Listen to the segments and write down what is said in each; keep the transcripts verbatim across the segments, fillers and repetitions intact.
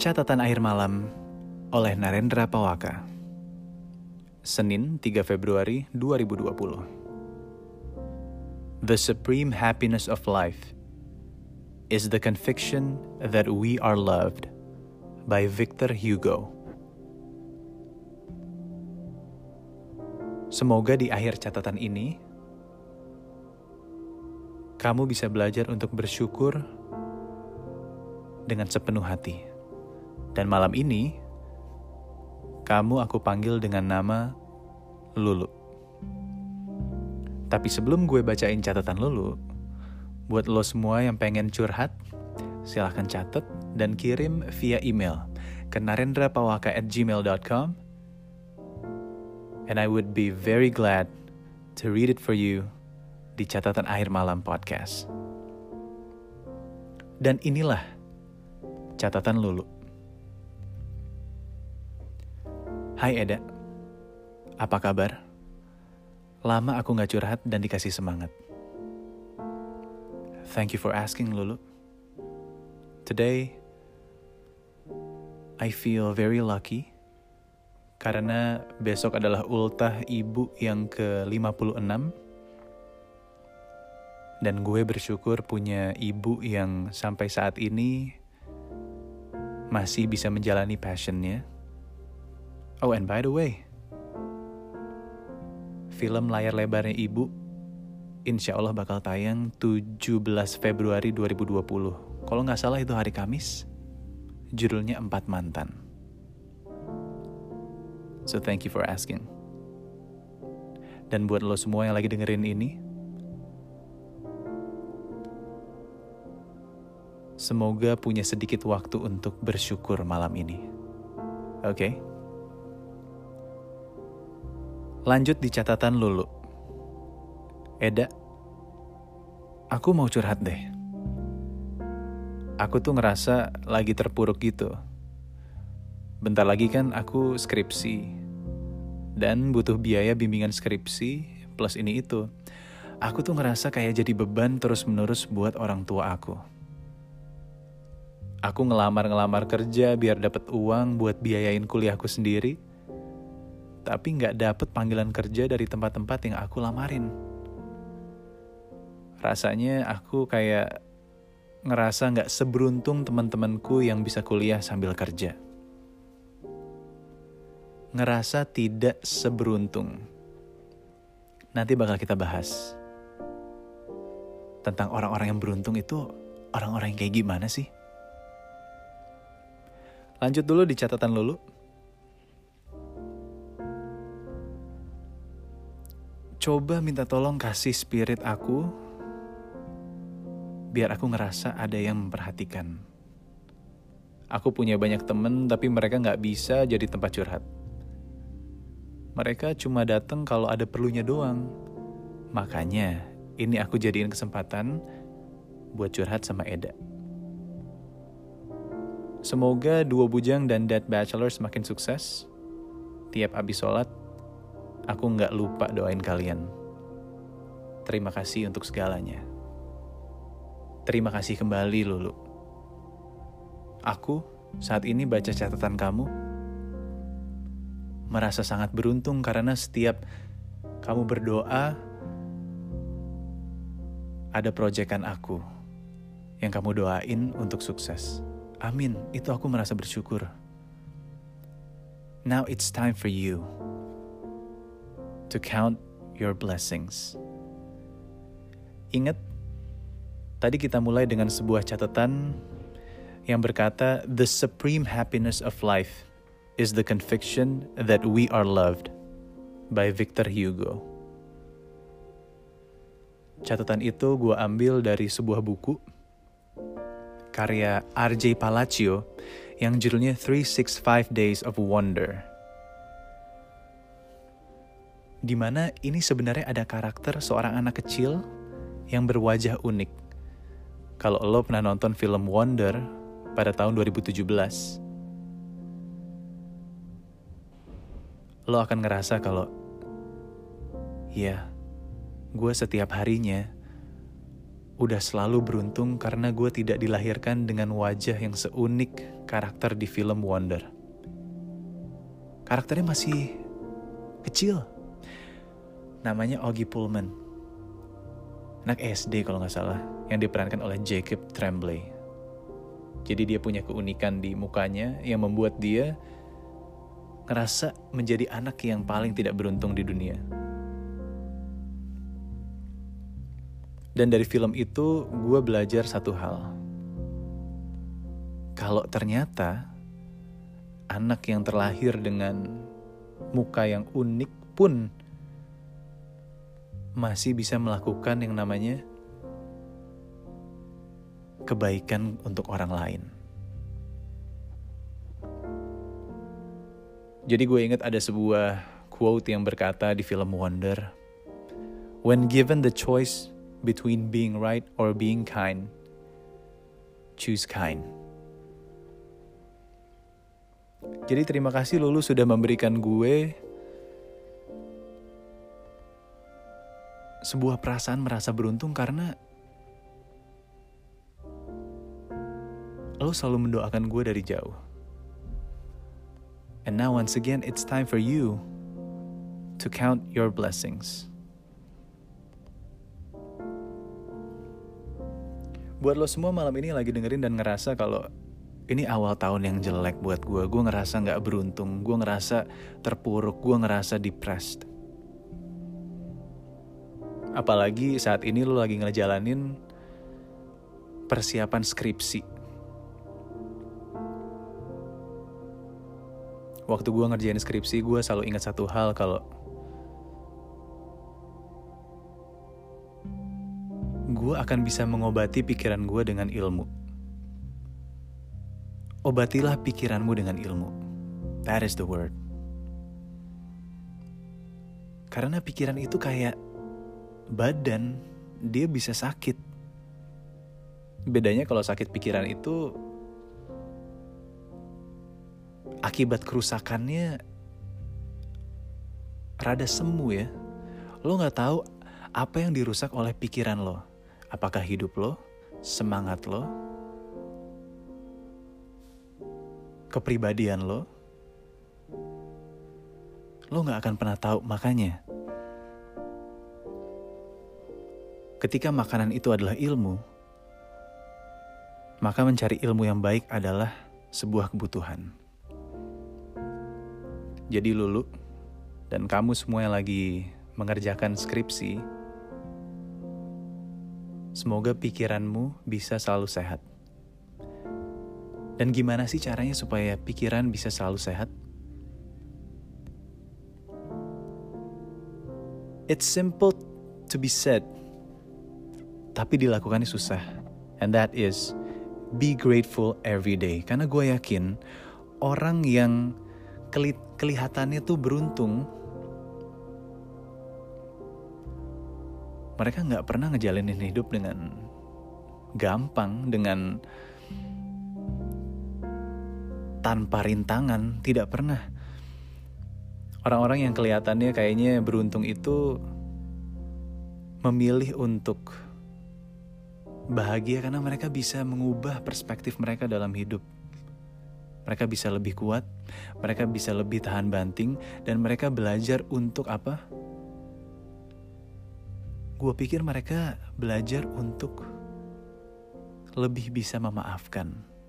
Catatan Akhir Malam oleh Narendra Pawaka. Senin tiga Februari dua ribu dua puluh. The supreme happiness of life is the conviction that we are loved, by Victor Hugo. Semoga di akhir catatan ini kamu bisa belajar untuk bersyukur dengan sepenuh hati. Dan malam ini, kamu aku panggil dengan nama Lulu. Tapi sebelum gue bacain catatan Lulu, buat lo semua yang pengen curhat, silahkan catat dan kirim via email ke narendrapawaka at gmail dot com, and I would be very glad to read it for you di Catatan Akhir Malam Podcast. Dan inilah catatan Lulu. Hai Eda, apa kabar? Lama aku gak curhat dan dikasih semangat. Thank you for asking, Lulu. Today, I feel very lucky karena besok adalah ultah ibu yang ke lima puluh enam dan gue bersyukur punya ibu yang sampai saat ini masih bisa menjalani passionnya. Oh, and by the way, film layar lebarnya ibu insya Allah bakal tayang tujuh belas Februari dua ribu dua puluh. Kalau gak salah itu hari Kamis. Judulnya Empat Mantan. So thank you for asking. Dan buat lo semua yang lagi dengerin ini, semoga punya sedikit waktu untuk bersyukur malam ini. Oke? Okay? Lanjut di catatan Lulu. Eda, aku mau curhat deh. Aku tuh ngerasa lagi terpuruk gitu. Bentar lagi kan aku skripsi. Dan butuh biaya bimbingan skripsi plus ini itu. Aku tuh ngerasa kayak jadi beban terus-menerus buat orang tua aku. Aku ngelamar-ngelamar kerja biar dapat uang buat biayain kuliahku sendiri. Tapi gak dapet panggilan kerja dari tempat-tempat yang aku lamarin. Rasanya aku kayak ngerasa gak seberuntung teman-temanku yang bisa kuliah sambil kerja. Ngerasa tidak seberuntung. Nanti bakal kita bahas tentang orang-orang yang beruntung itu orang-orang yang kayak gimana sih? Lanjut dulu di catatan Lulu. Coba minta tolong kasih spirit aku, biar aku ngerasa ada yang memperhatikan. Aku punya banyak temen, tapi mereka gak bisa jadi tempat curhat. Mereka cuma datang kalau ada perlunya doang. Makanya, ini aku jadiin kesempatan buat curhat sama Eda. Semoga Duo Bujang dan Dead Bachelor semakin sukses. Tiap abis sholat, aku gak lupa doain kalian. Terima kasih untuk segalanya. Terima kasih kembali, Lulu. Aku saat ini baca catatan kamu, merasa sangat beruntung karena setiap kamu berdoa, ada proyekan aku yang kamu doain untuk sukses. Amin, itu aku merasa bersyukur. Now it's time for you to count your blessings. Ingat, tadi kita mulai dengan sebuah catatan yang berkata, the supreme happiness of life is the conviction that we are loved, by Victor Hugo. Catatan itu gue ambil dari sebuah buku karya R J Palacio yang judulnya three sixty-five Days of Wonder. Di mana ini sebenarnya ada karakter seorang anak kecil yang berwajah unik. Kalau lo pernah nonton film Wonder pada tahun dua ribu tujuh belas, lo akan ngerasa kalau, ya, gue setiap harinya udah selalu beruntung karena gue tidak dilahirkan dengan wajah yang seunik karakter di film Wonder. Karakternya masih kecil. Namanya Oggy Pullman. Anak S D kalau gak salah, yang diperankan oleh Jacob Tremblay. Jadi dia punya keunikan di mukanya yang membuat dia ngerasa menjadi anak yang paling tidak beruntung di dunia. Dan dari film itu gue belajar satu hal. Kalau ternyata anak yang terlahir dengan muka yang unik pun masih bisa melakukan yang namanya kebaikan untuk orang lain. Jadi gue ingat ada sebuah quote yang berkata di film Wonder, "When given the choice between being right or being kind, choose kind." Jadi terima kasih Lulu sudah memberikan gue sebuah perasaan merasa beruntung karena lo selalu mendoakan gue dari jauh. And now once again, it's time for you to count your blessings. Buat lo semua malam ini lagi dengerin dan ngerasa kalau ini awal tahun yang jelek buat gue. Gue ngerasa gak beruntung, gue ngerasa terpuruk, gue ngerasa depressed. Apalagi saat ini lo lagi ngejalanin persiapan skripsi. Waktu gue ngerjain skripsi, gue selalu ingat satu hal kalau gue akan bisa mengobati pikiran gue dengan ilmu. Obatilah pikiranmu dengan ilmu. That is the word. Karena pikiran itu kayak badan, dia bisa sakit. Bedanya kalau sakit pikiran itu akibat kerusakannya rada semu ya. Lo gak tahu apa yang dirusak oleh pikiran lo. Apakah hidup lo, semangat lo, kepribadian lo. Lo gak akan pernah tahu. Makanya ketika makanan itu adalah ilmu, maka mencari ilmu yang baik adalah sebuah kebutuhan. Jadi Lulu dan kamu semua yang lagi mengerjakan skripsi, semoga pikiranmu bisa selalu sehat. Dan gimana sih caranya supaya pikiran bisa selalu sehat? It's simple to be said, tapi dilakukannya susah. And that is, be grateful every day. Karena gue yakin orang yang keli- kelihatannya tuh beruntung, mereka gak pernah ngejalanin hidup dengan gampang, dengan tanpa rintangan, tidak pernah. Orang-orang yang kelihatannya kayaknya beruntung itu memilih untuk bahagia karena mereka bisa mengubah perspektif mereka dalam hidup. Mereka bisa lebih kuat, mereka bisa lebih tahan banting, dan mereka belajar untuk apa? Gue pikir mereka belajar untuk lebih bisa memaafkan.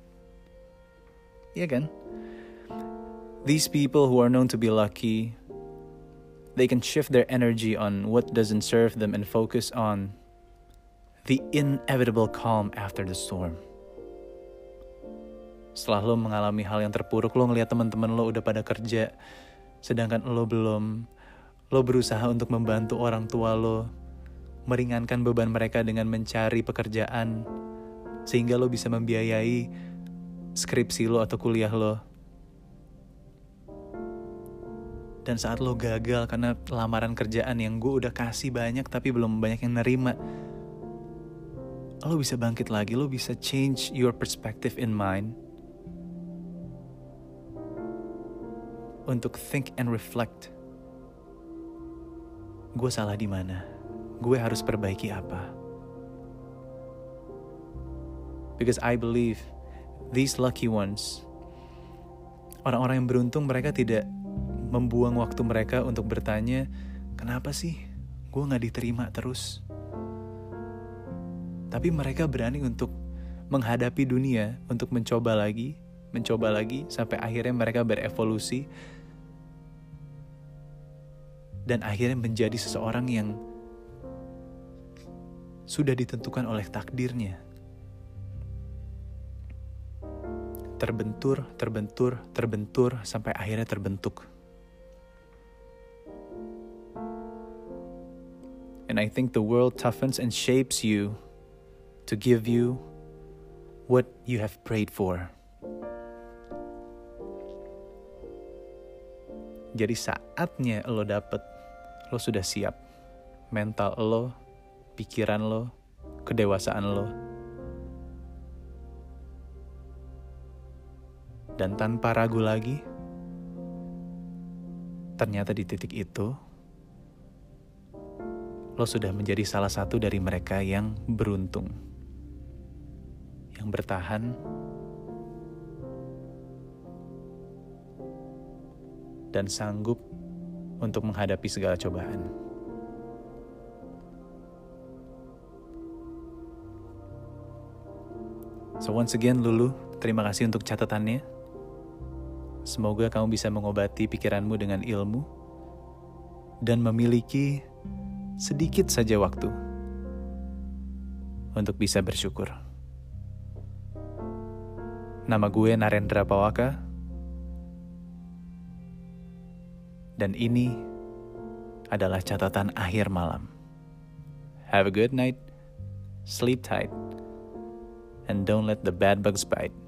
Iya kan? These people who are known to be lucky, they can shift their energy on what doesn't serve them and focus on the inevitable calm after the storm. Setelah lo mengalami hal yang terpuruk, lo ngeliat teman-teman lo udah pada kerja, sedangkan lo belum. Lo berusaha untuk membantu orang tua lo, meringankan beban mereka dengan mencari pekerjaan, sehingga lo bisa membiayai skripsi lo atau kuliah lo. Dan saat lo gagal karena lamaran kerjaan yang gue udah kasih banyak tapi belum banyak yang nerima, lo bisa bangkit lagi, lo bisa change your perspective in mind untuk think and reflect. Gue salah di mana? Gue harus perbaiki apa? Because I believe these lucky ones, orang-orang yang beruntung, mereka tidak membuang waktu mereka untuk bertanya, kenapa sih gue gak diterima terus? Tapi mereka berani untuk menghadapi dunia, untuk mencoba lagi, mencoba lagi, sampai akhirnya mereka berevolusi, dan akhirnya menjadi seseorang yang sudah ditentukan oleh takdirnya. Terbentur, terbentur, terbentur, sampai akhirnya terbentuk. And I think the world toughens and shapes you to give you what you have prayed for. Jadi saatnya lo dapet, lo sudah siap. Mental lo, pikiran lo, kedewasaan lo. Dan tanpa ragu lagi, ternyata di titik itu, lo sudah menjadi salah satu dari mereka yang beruntung, yang bertahan, dan sanggup untuk menghadapi segala cobaan. So once again, Lulu, terima kasih untuk catatannya. Semoga kamu bisa mengobati pikiranmu dengan ilmu dan memiliki sedikit saja waktu untuk bisa bersyukur. Nama gue Narendra Pawaka, dan ini adalah catatan akhir malam. Have a good night, sleep tight, and don't let the bad bugs bite.